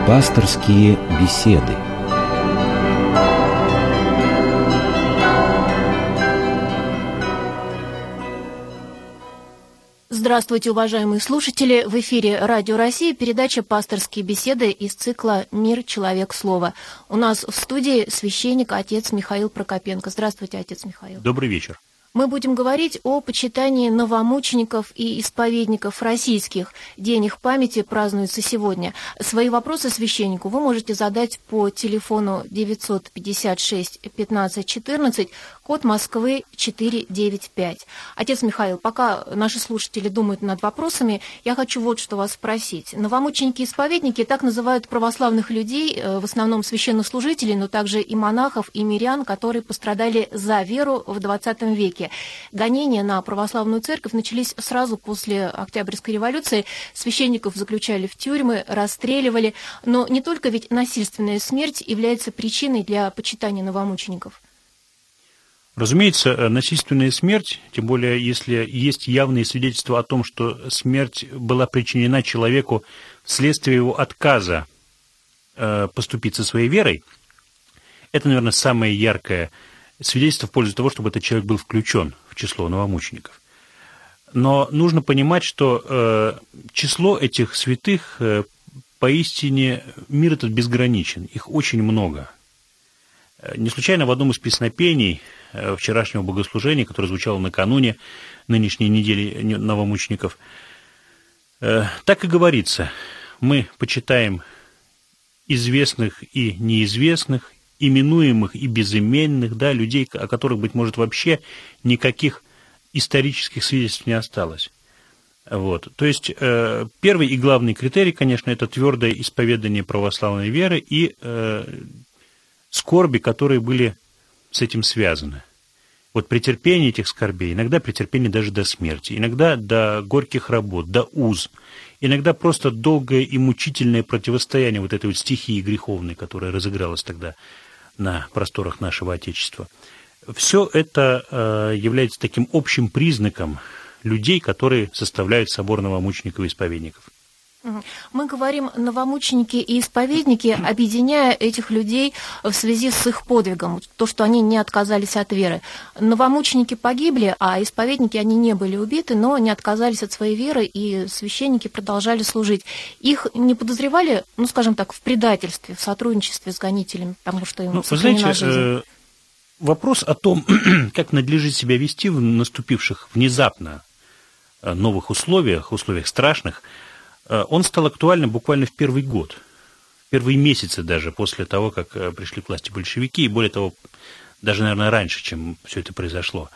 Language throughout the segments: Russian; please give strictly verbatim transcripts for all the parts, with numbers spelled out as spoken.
Пасторские беседы. Здравствуйте, уважаемые слушатели! В эфире Радио России передача «Пасторские беседы» из цикла «Мир, человек, слово». У нас в студии священник, отец Михаил Прокопенко. Здравствуйте, отец Михаил. Добрый вечер. Мы будем говорить о почитании новомучеников и исповедников российских. День их памяти празднуется сегодня. Свои вопросы священнику вы можете задать по телефону девятьсот пятьдесят шесть пятнадцать четырнадцать, код Москвы четыреста девяносто пять. Отец Михаил, пока наши слушатели думают над вопросами, я хочу вот что вас спросить. Новомученики и исповедники так называют православных людей, в основном священнослужителей, но также и монахов, и мирян, которые пострадали за веру в двадцатом веке. Гонения на православную церковь начались сразу после Октябрьской революции. Священников заключали в тюрьмы, расстреливали. Но не только ведь насильственная смерть является причиной для почитания новомучеников. Разумеется, насильственная смерть, тем более если есть явные свидетельства о том, что смерть была причинена человеку вследствие его отказа э, поступить со своей верой, это, наверное, самое яркое свидетельство в пользу того, чтобы этот человек был включен в число новомучеников. Но нужно понимать, что э, число этих святых э, поистине мир этот безграничен, их очень много. Не случайно в одном из песнопений э, вчерашнего богослужения, которое звучало накануне нынешней недели новомучеников, э, так и говорится: мы почитаем известных и неизвестных, именуемых и безыменных, да, людей, о которых, быть может, вообще никаких исторических свидетельств не осталось. Вот. То есть э, первый и главный критерий, конечно, это твердое исповедание православной веры и э, скорби, которые были с этим связаны. Вот претерпение этих скорбей, иногда претерпение даже до смерти, иногда до горьких работ, до уз, иногда просто долгое и мучительное противостояние вот этой вот стихии греховной, которая разыгралась тогда на просторах нашего Отечества. Все это э, является таким общим признаком людей, которые составляют собор новомучеников и исповедников. Мы говорим новомученики и исповедники, объединяя этих людей в связи с их подвигом, то, что они не отказались от веры. Новомученики погибли, а исповедники, они не были убиты, но не отказались от своей веры, и священники продолжали служить. Их не подозревали, ну, скажем так, в предательстве, в сотрудничестве с гонителями, потому что им ну, сохранена вы знаете, жизнь. Э, вопрос о том, как надлежит себя вести в наступивших внезапно новых условиях, условиях страшных, он стал актуальным буквально в первый год, в первые месяцы даже после того, как пришли к власти большевики, и более того, даже, наверное, раньше, чем все это произошло,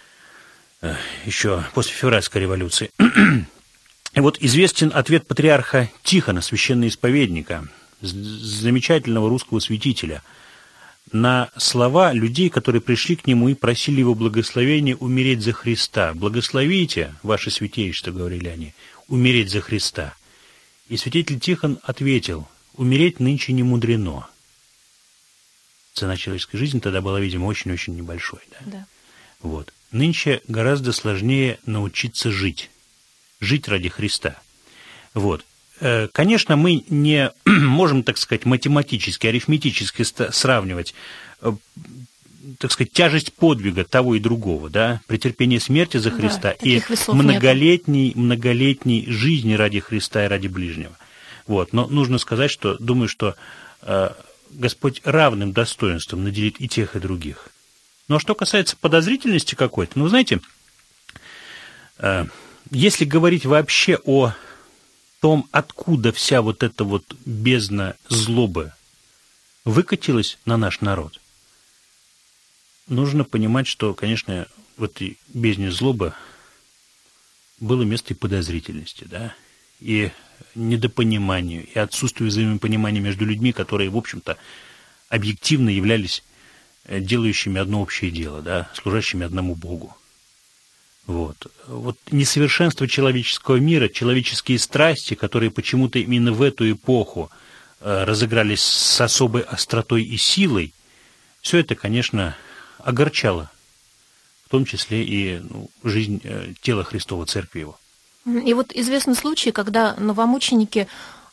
еще после февральской революции. И вот известен ответ патриарха Тихона, священноисповедника, замечательного русского святителя, на слова людей, которые пришли к нему и просили его благословения умереть за Христа. «Благословите, ваше святейшество», — говорили они, — «умереть за Христа». И святитель Тихон ответил: умереть нынче не мудрено. Цена человеческой жизни тогда была, видимо, очень-очень небольшой. Да? Да. Вот. Нынче гораздо сложнее научиться жить. Жить ради Христа. Вот. Конечно, мы не можем, так сказать, математически, арифметически сравнивать, так сказать, тяжесть подвига того и другого, да, претерпение смерти за Христа, да, и многолетней, многолетней жизни ради Христа и ради ближнего. Вот. Но нужно сказать, что думаю, что э, Господь равным достоинством наделит и тех, и других. Но что касается подозрительности какой-то, ну, знаете, э, если говорить вообще о том, откуда вся вот эта вот бездна злобы выкатилась на наш народ, нужно понимать, что, конечно, в этой бездне злобы было место и подозрительности, да, и недопониманию, и отсутствию взаимопонимания между людьми, которые, в общем-то, объективно являлись делающими одно общее дело, да, служащими одному Богу. Вот. Вот несовершенство человеческого мира, человеческие страсти, которые почему-то именно в эту эпоху разыгрались с особой остротой и силой, все это, конечно, огорчало, в том числе и ну, жизнь э, тела Христова, церкви его. И вот известны случаи, когда новомученики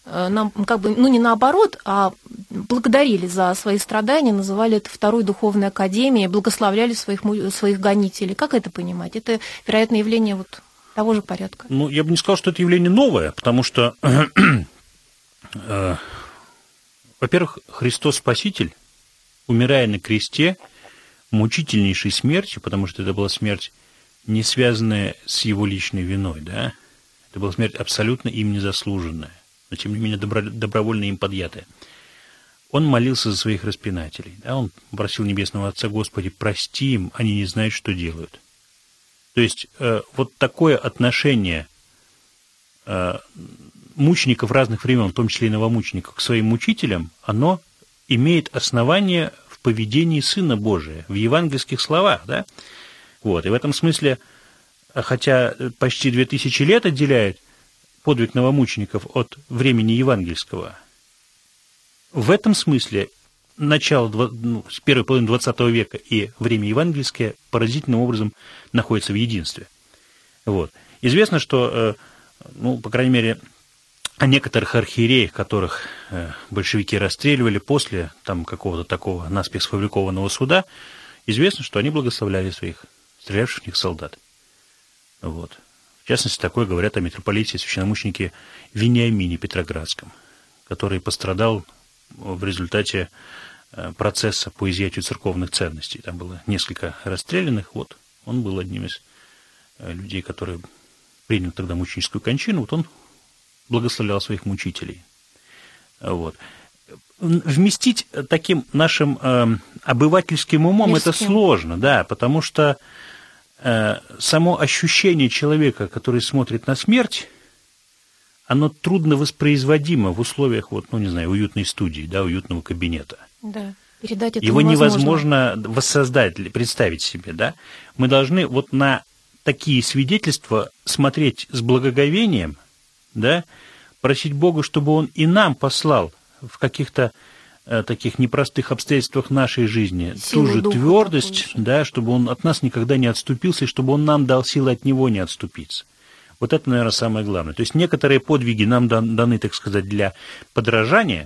нам как бы, ну не наоборот, а благодарили за свои страдания, называли это Второй Духовной Академией, благословляли своих, своих гонителей. Как это понимать? Это, вероятно, явление вот того же порядка. Ну, я бы не сказал, что это явление новое, потому что, э, во-первых, Христос Спаситель, умирая на кресте, мучительнейшей смертью, потому что это была смерть, не связанная с его личной виной, да, это была смерть абсолютно им незаслуженная, но, тем не менее, добро, добровольно им подъятая. Он молился за своих распинателей, да, он просил Небесного Отца: Господи, прости им, они не знают, что делают. То есть, э, вот такое отношение э, мучеников разных времен, в том числе и новомучеников, к своим мучителям, оно имеет основание в поведении Сына Божия, в евангельских словах, да? Вот, и в этом смысле, хотя почти две тысячи лет отделяет подвиг новомучеников от времени евангельского, в этом смысле начало, ну, с первой половины двадцатого века и время евангельское поразительным образом находятся в единстве. Вот. Известно, что, ну, по крайней мере, о некоторых архиереях, которых большевики расстреливали после там какого-то такого наспех сфабрикованного суда, известно, что они благословляли своих стрелявших в них солдат. Вот. В частности, такое говорят о митрополите и священномученике Вениамине Петроградском, который пострадал в результате процесса по изъятию церковных ценностей. Там было несколько расстрелянных. Вот. Он был одним из людей, который принял тогда мученическую кончину. Вот он благословлял своих мучителей. Вот. Вместить таким нашим э, обывательским умом Мирским. Это сложно, да, потому что э, само ощущение человека, который смотрит на смерть, оно трудно воспроизводимо в условиях, вот, ну, не знаю, уютной студии, да, уютного кабинета. Да, передать это Его невозможно. невозможно воссоздать, представить себе, да. Мы должны вот на такие свидетельства смотреть с благоговением, да, просить Бога, чтобы Он и нам послал в каких-то э, таких непростых обстоятельствах нашей жизни силу ту же духа твердость, такую, да, чтобы Он от нас никогда не отступился, и чтобы Он нам дал силы от Него не отступиться. Вот это, наверное, самое главное. То есть некоторые подвиги нам даны, так сказать, для подражания.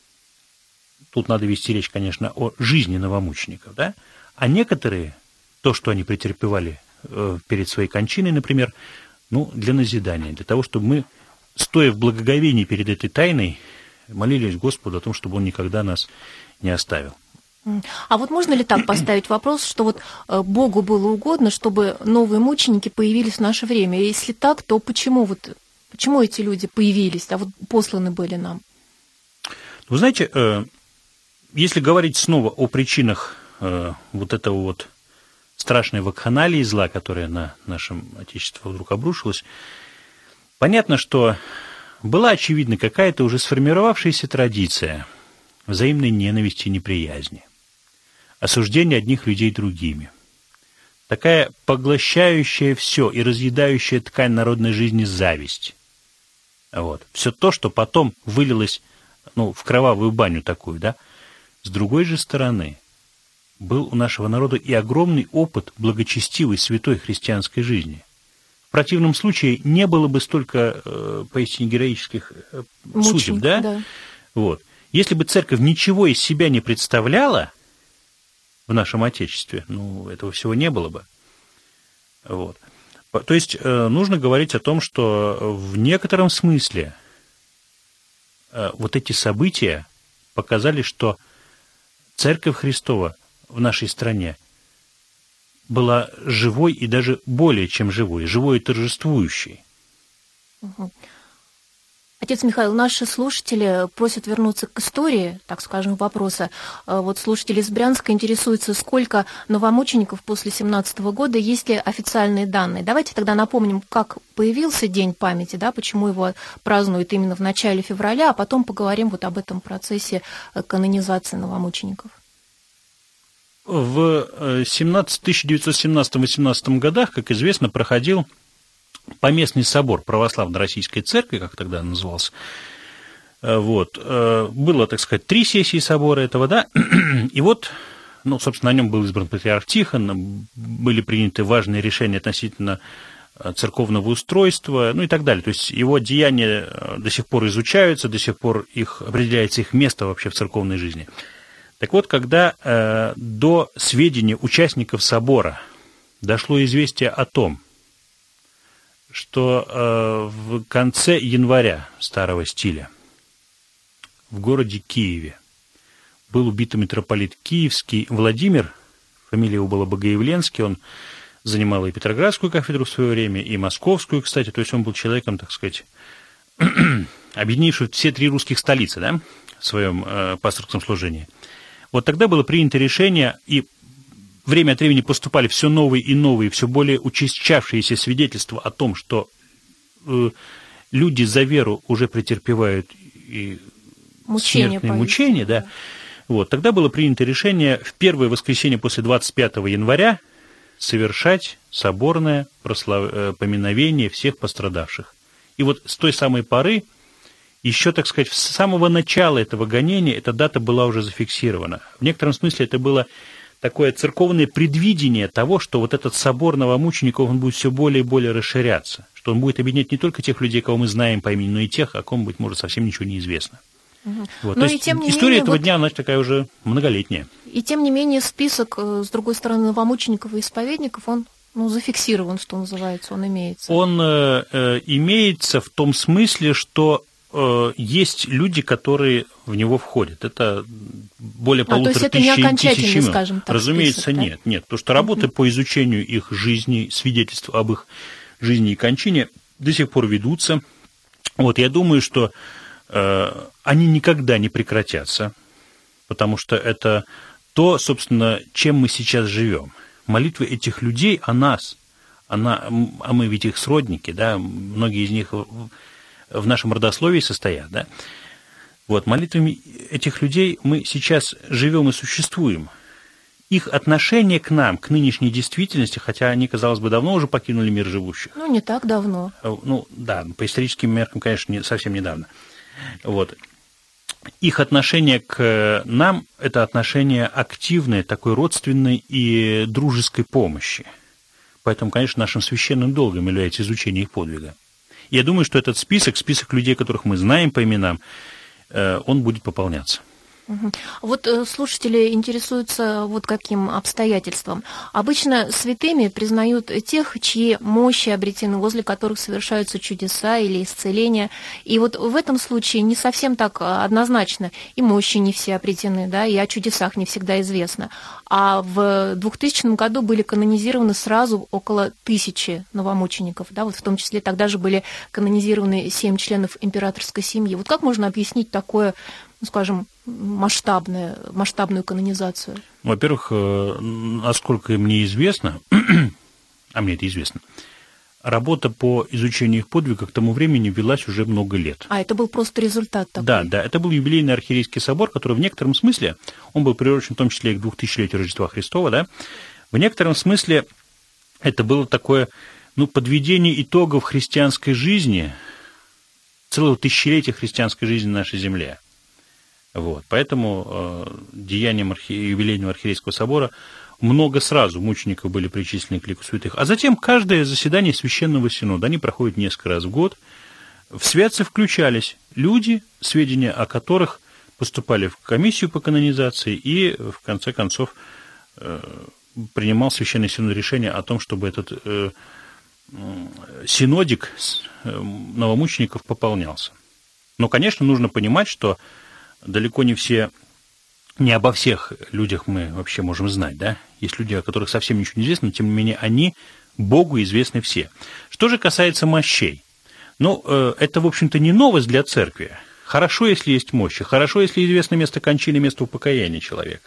Тут надо вести речь, конечно, о жизни новомучеников, да, а некоторые, то, что они претерпевали э, перед своей кончиной, например, ну, для назидания, для того, чтобы мы, стоя в благоговении перед этой тайной, молились Господу о том, чтобы Он никогда нас не оставил. А вот можно ли так поставить вопрос, что вот Богу было угодно, чтобы новые мученики появились в наше время? И если так, то почему, вот, почему эти люди появились, а вот посланы были нам? Вы знаете, если говорить снова о причинах вот этого вот страшной вакханалии зла, которая на нашем Отечестве вдруг обрушилась, понятно, что была, очевидно, какая-то уже сформировавшаяся традиция взаимной ненависти и неприязни, осуждения одних людей другими. Такая поглощающая все и разъедающая ткань народной жизни зависть. Вот. Все то, что потом вылилось, ну, в кровавую баню такую, да. С другой же стороны, был у нашего народа и огромный опыт благочестивой, святой христианской жизни. В противном случае не было бы столько э, поистине героических э, судеб, да? да. Вот. Если бы церковь ничего из себя не представляла в нашем Отечестве, ну, этого всего не было бы. Вот. То есть э, нужно говорить о том, что в некотором смысле э, вот эти события показали, что Церковь Христова в нашей стране была живой и даже более чем живой, живой и торжествующей. Угу. Отец Михаил, наши слушатели просят вернуться к истории, так скажем, вопроса. Вот слушатели из Брянска интересуются, сколько новомучеников после семнадцатого года, есть ли официальные данные. Давайте тогда напомним, как появился День памяти, да, почему его празднуют именно в начале февраля, а потом поговорим вот об этом процессе канонизации новомучеников. В тысяча девятьсот семнадцатом — восемнадцатом годах, как известно, проходил Поместный собор Православно-Российской Церкви, как тогда назывался. Вот. Было, так сказать, три сессии собора этого, да, и вот, ну, собственно, на нем был избран патриарх Тихон, были приняты важные решения относительно церковного устройства, ну и так далее. То есть его деяния до сих пор изучаются, до сих пор их, определяется их место вообще в церковной жизни. Так вот, когда э, до сведения участников собора дошло известие о том, что э, в конце января старого стиля в городе Киеве был убит митрополит Киевский Владимир, фамилия его была Богоявленский, он занимал и Петроградскую кафедру в свое время, и Московскую, кстати, то есть он был человеком, так сказать, объединившим все три русских столицы, да, в своем э, пасторском служении. Вот тогда было принято решение, и время от времени поступали все новые и новые, все более учащавшиеся свидетельства о том, что э, люди за веру уже претерпевают и мучения, смертные мучения, да. Вот, тогда было принято решение в первое воскресенье после двадцать пятого января совершать соборное прослав... поминовение всех пострадавших. И вот с той самой поры, еще, так сказать, с самого начала этого гонения эта дата была уже зафиксирована. В некотором смысле это было такое церковное предвидение того, что вот этот собор новомучеников, он будет все более и более расширяться, что он будет объединять не только тех людей, кого мы знаем по имени, но и тех, о ком, быть может, совсем ничего не известно. Угу. Вот. То есть история менее, этого вот... дня, она такая уже многолетняя. И тем не менее список, с другой стороны, новомучеников и исповедников, он ну, зафиксирован, что называется, он имеется. Он э, э, имеется в том смысле, что э, есть люди, которые в него входят. Это более полутора тысяч. А, то есть это не окончательный, скажем так, разумеется, список, нет, да? Нет. Потому что работы uh-huh. по изучению их жизни, свидетельств об их жизни и кончине до сих пор ведутся. Вот, я думаю, что э, они никогда не прекратятся, потому что это то, собственно, чем мы сейчас живем. Молитвы этих людей о нас, она, а мы ведь их сродники, да, многие из них в нашем родословии состоят, да. Вот, молитвами этих людей мы сейчас живем и существуем. Их отношение к нам, к нынешней действительности, хотя они, казалось бы, давно уже покинули мир живущих. Ну, не так давно. Ну, да, по историческим меркам, конечно, не, совсем недавно. Вот. Их отношение к нам – это отношение активной, такой родственной и дружеской помощи. Поэтому, конечно, нашим священным долгом является изучение их подвига. И я думаю, что этот список, список людей, которых мы знаем по именам, он будет пополняться. Вот слушатели интересуются вот каким обстоятельством. Обычно святыми признают тех, чьи мощи обретены, возле которых совершаются чудеса или исцеления. И вот в этом случае не совсем так однозначно. И мощи не все обретены, да, и о чудесах не всегда известно. А в двухтысячном году были канонизированы сразу около тысячи новомучеников, да, вот в том числе тогда же были канонизированы семь членов императорской семьи. Вот как можно объяснить такое, ну, скажем, масштабное, масштабную канонизацию? Во-первых, насколько мне известно, а мне это известно, работа по изучению их подвига к тому времени велась уже много лет. А это был просто результат такой? Да, да, это был юбилейный архиерейский собор, который в некотором смысле, он был приурочен в том числе и к двухтысячелетию Рождества Христова, да, в некотором смысле это было такое, ну, подведение итогов христианской жизни, целого тысячелетия христианской жизни на нашей земле. Вот, поэтому э, деянием архи... юбилейного архиерейского собора много сразу мучеников были причислены к лику святых. А затем каждое заседание Священного Синода, они проходят несколько раз в год, в святцы включались люди, сведения о которых поступали в комиссию по канонизации, и в конце концов э, принимал Священный Синод решение о том, чтобы этот э, синодик новомучеников пополнялся. Но, конечно, нужно понимать, что далеко не все, не обо всех людях мы вообще можем знать, да? Есть люди, о которых совсем ничего не известно, но, тем не менее, они Богу известны все. Что же касается мощей? Ну, это, в общем-то, не новость для церкви. Хорошо, если есть мощи, хорошо, если известно место кончины, место упокоения человека.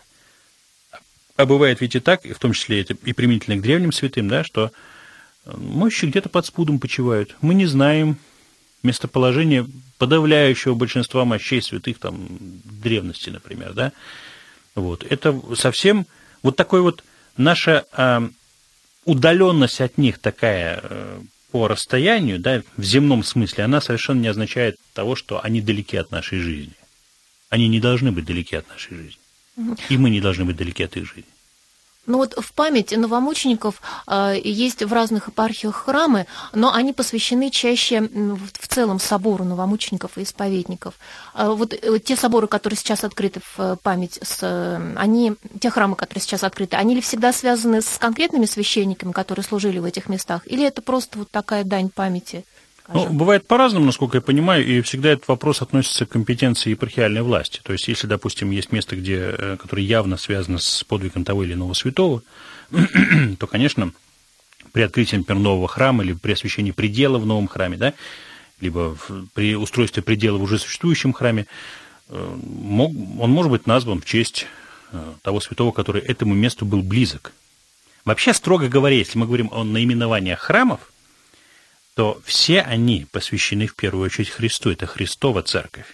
А бывает ведь и так, и в том числе это и применительно к древним святым, да, что мощи где-то под спудом почивают. Мы не знаем местоположение подавляющего большинства мощей святых, там, древности, например, да, вот, это совсем, вот такой вот наша э, удаленность от них такая э, по расстоянию, да, в земном смысле, она совершенно не означает того, что они далеки от нашей жизни. Они не должны быть далеки от нашей жизни, и мы не должны быть далеки от их жизни. Ну вот в память новомучеников э, есть в разных епархиях храмы, но они посвящены чаще в целом собору новомучеников и исповедников. Э, вот э, те соборы, которые сейчас открыты в память, с, э, они, те храмы, которые сейчас открыты, они ли всегда связаны с конкретными священниками, которые служили в этих местах, или это просто вот такая дань памяти? Ну, бывает по-разному, насколько я понимаю, и всегда этот вопрос относится к компетенции епархиальной власти. То есть, если, допустим, есть место, где, которое явно связано с подвигом того или иного святого, то, конечно, при открытии, например, нового храма или при освящении предела в новом храме, да, либо при устройстве предела в уже существующем храме, он может быть назван в честь того святого, который этому месту был близок. Вообще, строго говоря, если мы говорим о наименованиях храмов, то все они посвящены в первую очередь Христу. Это Христова церковь.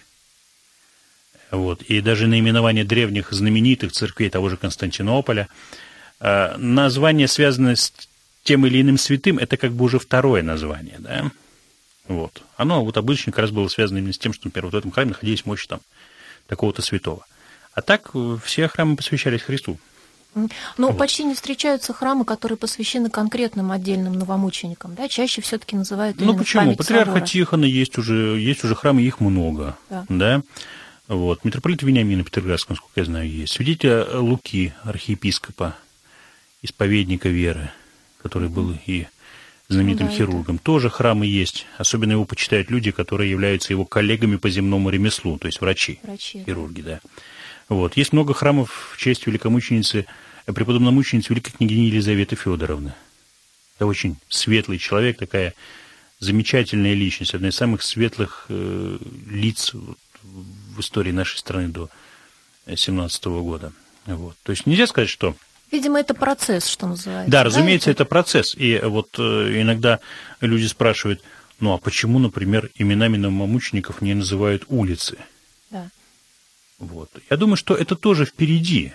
Вот. И даже наименование древних знаменитых церквей того же Константинополя, название, связанное с тем или иным святым, это как бы уже второе название. Да? Вот. Оно вот обычно как раз было связано именно с тем, что, например, вот в этом храме находились мощи там такого-то святого. А так все храмы посвящались Христу. Но вот. Почти не встречаются храмы, которые посвящены конкретным отдельным новомученикам, да? Чаще все-таки называют именно Ну почему? память Патриарха собора. Тихона есть уже, есть уже храмы, их много. Да. Да? Вот. Митрополита Вениамина Петроградского, насколько я знаю, есть. Святителя Луки, архиепископа, исповедника веры, который был и знаменитым да, хирургом, это... тоже храмы есть. Особенно его почитают люди, которые являются его коллегами по земному ремеслу, то есть врачи, врачи хирурги, да. Вот. Есть много храмов в честь великомученицы, преподобномученицы великой княгини Елизаветы Федоровны. Это очень светлый человек, такая замечательная личность, одна из самых светлых э, лиц в истории нашей страны до семнадцатого года. Вот. То есть нельзя сказать, что... Видимо, это процесс, что называется. Да, разумеется, да, это... это процесс. И вот э, иногда люди спрашивают, ну а почему, например, именами новомучеников не называют улицы? Да. Вот. Я думаю, что это тоже впереди.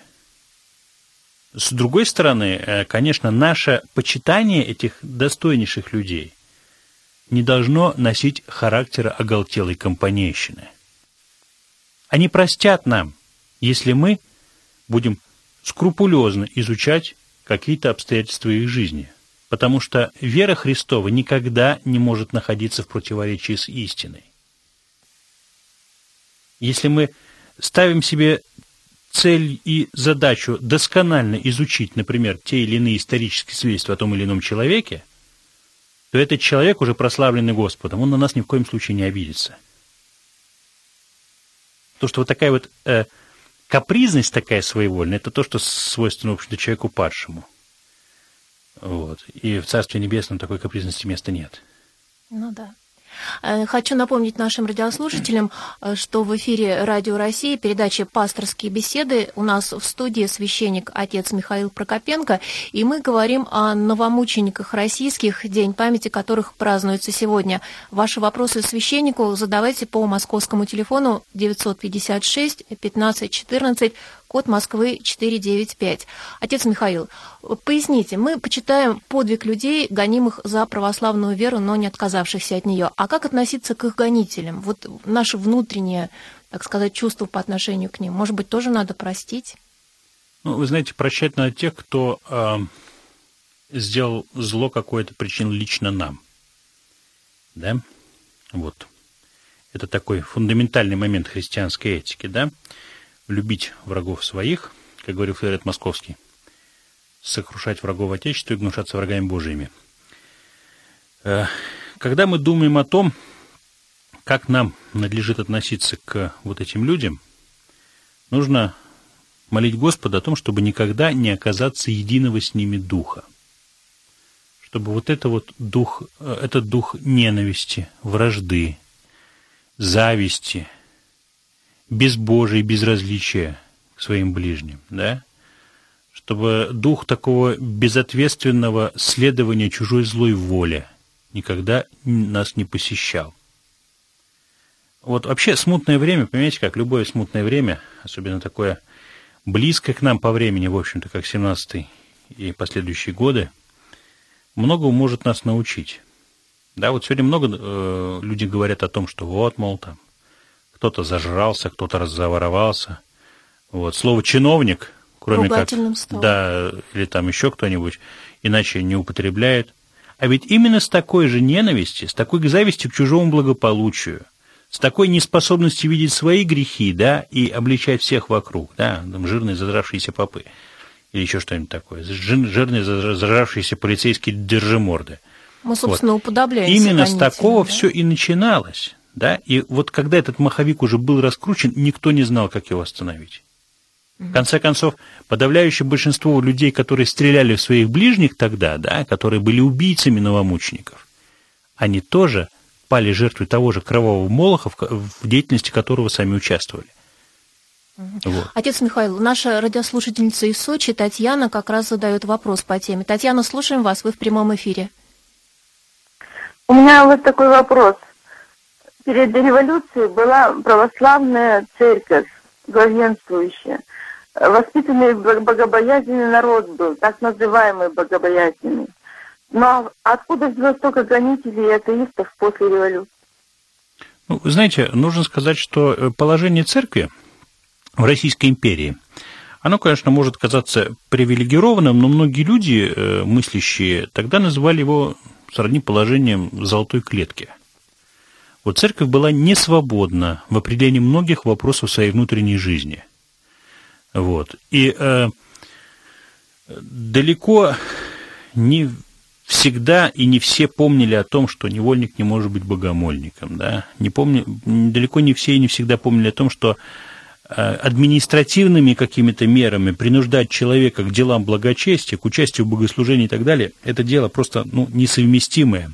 С другой стороны, конечно, наше почитание этих достойнейших людей не должно носить характера оголтелой компанейщины. Они простят нам, если мы будем скрупулезно изучать какие-то обстоятельства их жизни, потому что вера Христова никогда не может находиться в противоречии с истиной. Если мы ставим себе цель и задачу досконально изучить, например, те или иные исторические свидетельства о том или ином человеке, то этот человек, уже прославленный Господом, он на нас ни в коем случае не обидится. То, что вот такая вот э, капризность такая своевольная, это то, что свойственно, в общем-то, человеку падшему. Вот. И в Царстве Небесном такой капризности места нет. Ну да. Хочу напомнить нашим радиослушателям, что в эфире Радио России передача «Пасторские беседы». У нас в студии священник отец Михаил Прокопенко, и мы говорим о новомучениках российских, день памяти которых празднуется сегодня. Ваши вопросы священнику задавайте по московскому телефону девятьсот пятьдесят шесть пятнадцать четырнадцать, код Москвы четыреста девяносто пять. Отец Михаил, поясните, мы почитаем подвиг людей, гонимых за православную веру, но не отказавшихся от нее. А как относиться к их гонителям? Вот наше внутреннее, так сказать, чувство по отношению к ним, может быть, тоже надо простить? Ну, вы знаете, прощать надо тех, кто э, сделал зло какое-то, причинил лично нам. Да? Вот. Это такой фундаментальный момент христианской этики, да? Любить врагов своих, как говорил Филарет Московский, сокрушать врагов Отечества и гнушаться врагами Божьими. Когда мы думаем о том, как нам надлежит относиться к вот этим людям, нужно молить Господа о том, чтобы никогда не оказаться единого с ними духа. Чтобы вот, это вот дух, этот дух ненависти, вражды, зависти, безбожия и безразличия к своим ближним, да? Чтобы дух такого безответственного следования чужой злой воле никогда нас не посещал. Вот вообще смутное время, понимаете, как любое смутное время, особенно такое близкое к нам по времени, в общем-то, как семнадцатый и последующие годы, многому может нас научить. Да, вот сегодня много э, людей говорят о том, что вот, мол, там, кто-то зажрался, кто-то разворовался. Вот. Слово «чиновник» кроме как, стало. да, или там еще кто-нибудь, иначе не употребляет. А ведь именно с такой же ненависти, с такой завистью к чужому благополучию, с такой неспособностью видеть свои грехи, да, и обличать всех вокруг, да, там жирные зажравшиеся попы, или еще что-нибудь такое, жирные зажравшиеся полицейские держиморды. Мы, собственно, вот. уподобляемся. Именно с такого да? все и начиналось, да, и вот когда этот маховик уже был раскручен, никто не знал, как его остановить. В конце концов, подавляющее большинство людей, которые стреляли в своих ближних тогда, да, которые были убийцами новомучеников, они тоже пали жертвой того же кровавого молоха, в деятельности которого сами участвовали. Вот. Отец Михаил, наша радиослушательница из Сочи, Татьяна, как раз задает вопрос по теме. Татьяна, слушаем вас, вы в прямом эфире. У меня вот такой вопрос. Перед революцией была православная церковь, главенствующая. Воспитанный богобоязненный народ был, так называемый богобоязненный. Но откуда взялось столько гонителей и атеистов после революции? Ну, вы знаете, нужно сказать, что положение церкви в Российской империи, оно, конечно, может казаться привилегированным, но многие люди, мыслящие, тогда называли его сродни положением золотой клетки. Вот церковь была не свободна в определении многих вопросов своей внутренней жизни. Вот. И э, далеко не всегда и не все помнили о том, что невольник не может быть богомольником. Да? Не помни, далеко не все и не всегда помнили о том, что э, административными какими-то мерами принуждать человека к делам благочестия, к участию в богослужении и так далее, это дело просто ну, несовместимое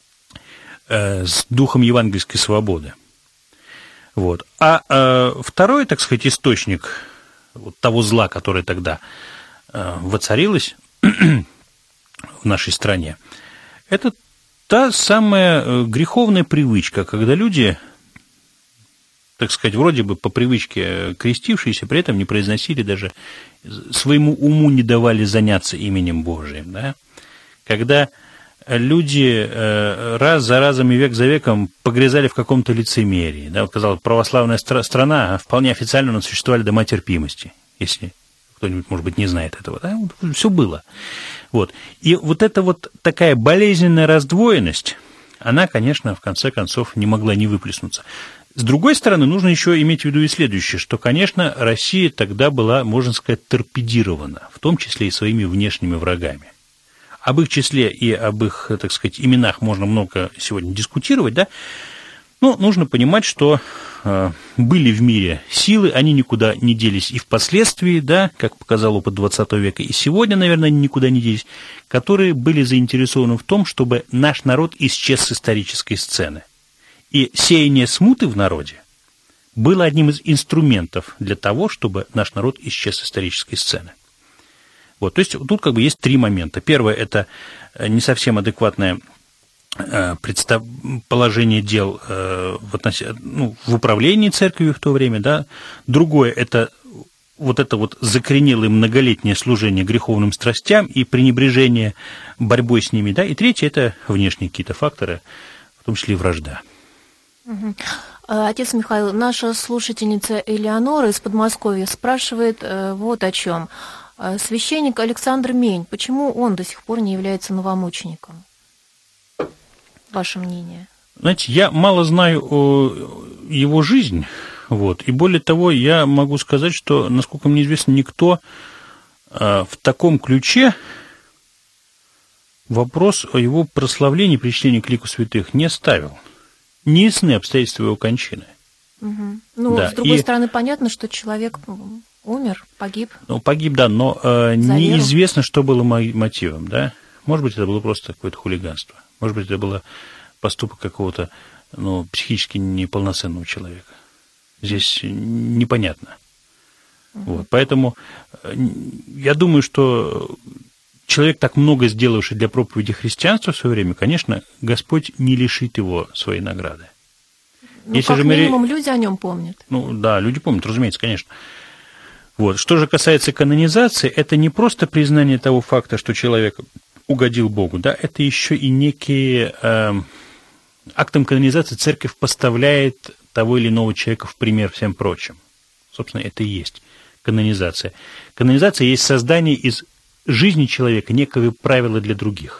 э, с духом евангельской свободы. Вот. А э, второй, так сказать, источник вот того зла, которое тогда э, воцарилось в нашей стране, это та самая греховная привычка, когда люди, так сказать, вроде бы по привычке крестившиеся, при этом не произносили даже, своему уму не давали заняться именем Божиим, да? Когда люди раз за разом и век за веком погрязали в каком-то лицемерии. Да, вот, казалось, православная стра- страна, вполне официально у нас существовали дома терпимости, если кто-нибудь, может быть, не знает этого. Да? Вот, все было. Вот. И вот эта вот такая болезненная раздвоенность, она, конечно, в конце концов не могла не выплеснуться. С другой стороны, нужно еще иметь в виду и следующее, что, конечно, Россия тогда была, можно сказать, торпедирована, в том числе и своими внешними врагами. Об их числе и об их, так сказать, именах можно много сегодня дискутировать, да, но нужно понимать, что э, были в мире силы, они никуда не делись и впоследствии, да, как показал опыт двадцатого века, и сегодня, наверное, они никуда не делись, которые были заинтересованы в том, чтобы наш народ исчез с исторической сцены. И сеяние смуты в народе было одним из инструментов для того, чтобы наш народ исчез с исторической сцены. Вот, то есть тут как бы есть три момента. Первое – это не совсем адекватное представ... положение дел в, относ... ну, в управлении церковью в то время. Да? Другое – это вот это вот закоренелое многолетнее служение греховным страстям и пренебрежение борьбой с ними. Да? И третье – это внешние какие-то факторы, в том числе и вражда. Угу. Отец Михаил, наша слушательница Элеонора из Подмосковья спрашивает вот о чем. Священник Александр Мень, почему он до сих пор не является новомучеником? Ваше мнение? Знаете, я мало знаю о его жизни, вот, и более того, я могу сказать, что, насколько мне известно, никто в таком ключе вопрос о его прославлении, причислении к лику святых не ставил. Не ясны обстоятельства его кончины. Угу. Ну, да. С другой и... стороны, понятно, что человек умер, погиб. Ну, погиб, да, но э, неизвестно, что было мотивом, да. Может быть, это было просто какое-то хулиганство. Может быть, это было поступок какого-то, ну, психически неполноценного человека. Здесь непонятно. Угу. Вот, поэтому я думаю, что человек, так много сделавший для проповеди христианства в свое время, конечно, Господь не лишит его своей награды. Ну, Если как же минимум, мы... люди о нем помнят. Ну, да, люди помнят, разумеется, конечно. Вот. Что же касается канонизации, это не просто признание того факта, что человек угодил Богу, да, это еще и некие... Э, актом канонизации церковь поставляет того или иного человека в пример всем прочим. Собственно, это и есть канонизация? Канонизация есть создание из жизни человека некого правила для других.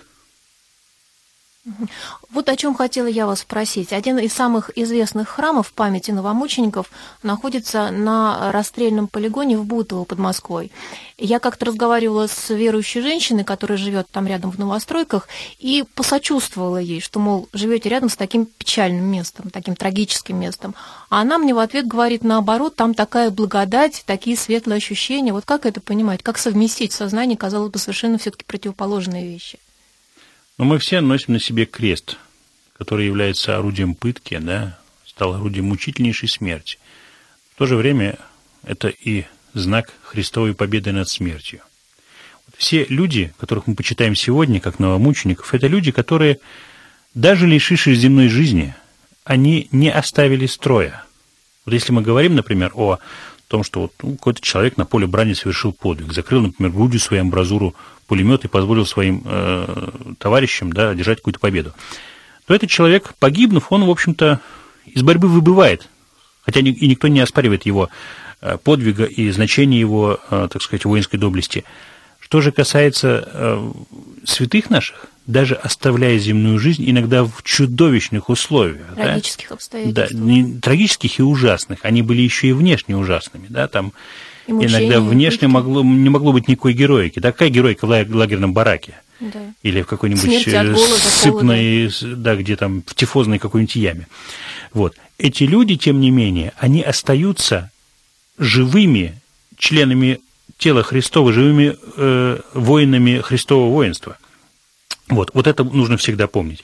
Вот о чем хотела я вас спросить. Один из самых известных храмов памяти новомучеников находится на расстрельном полигоне в Бутово под Москвой. Я как-то разговаривала с верующей женщиной, которая живет там рядом в новостройках, и посочувствовала ей, что, мол, живете рядом с таким печальным местом, таким трагическим местом. А она мне в ответ говорит, наоборот, там такая благодать, такие светлые ощущения. Вот как это понимать? Как совместить в сознании, казалось бы, совершенно все-таки противоположные вещи? Но мы все носим на себе крест, который является орудием пытки, да, стал орудием мучительнейшей смерти. В то же время это и знак Христовой победы над смертью. Все люди, которых мы почитаем сегодня как новомучеников, это люди, которые, даже лишившись земной жизни, они не оставили строя. Вот если мы говорим, например, о том, что вот, ну, какой-то человек на поле брани совершил подвиг, закрыл, например, грудью свою амбразуру пулемет и позволил своим э, товарищам, да, одержать какую-то победу, то этот человек, погибнув, он, в общем-то, из борьбы выбывает, хотя ни, и никто не оспаривает его э, подвига и значения его, э, так сказать, воинской доблести. Что же касается э, святых наших, даже оставляя земную жизнь, иногда в чудовищных условиях. Трагических да? обстоятельствах. Да, не, трагических и ужасных. Они были еще и внешне ужасными. Да? Там и мучения, иногда внешне могло, не могло быть никакой героики. Такая героика в лагерном бараке. Да. Или в какой-нибудь сыпной, да, где там в тифозной какой-нибудь яме. Вот. Эти люди, тем не менее, они остаются живыми членами тела Христова, живыми э, воинами Христового воинства. Вот, вот это нужно всегда помнить.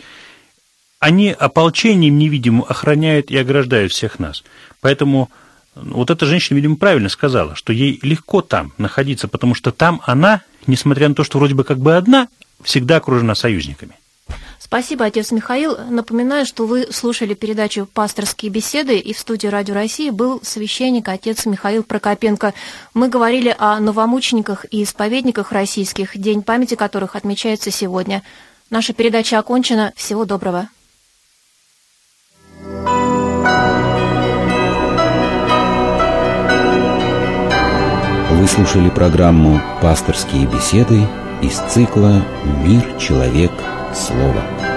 Они ополчением невидимым охраняют и ограждают всех нас. Поэтому вот эта женщина, видимо, правильно сказала, что ей легко там находиться, потому что там она, несмотря на то, что вроде бы как бы одна, всегда окружена союзниками. Спасибо, отец Михаил. Напоминаю, что вы слушали передачу «Пасторские беседы», и в студии Радио России был священник отец Михаил Прокопенко. Мы говорили о новомучениках и исповедниках российских, день памяти которых отмечается сегодня. Наша передача окончена. Всего доброго. Вы слушали программу «Пасторские беседы» из цикла «Мир, человек, слово».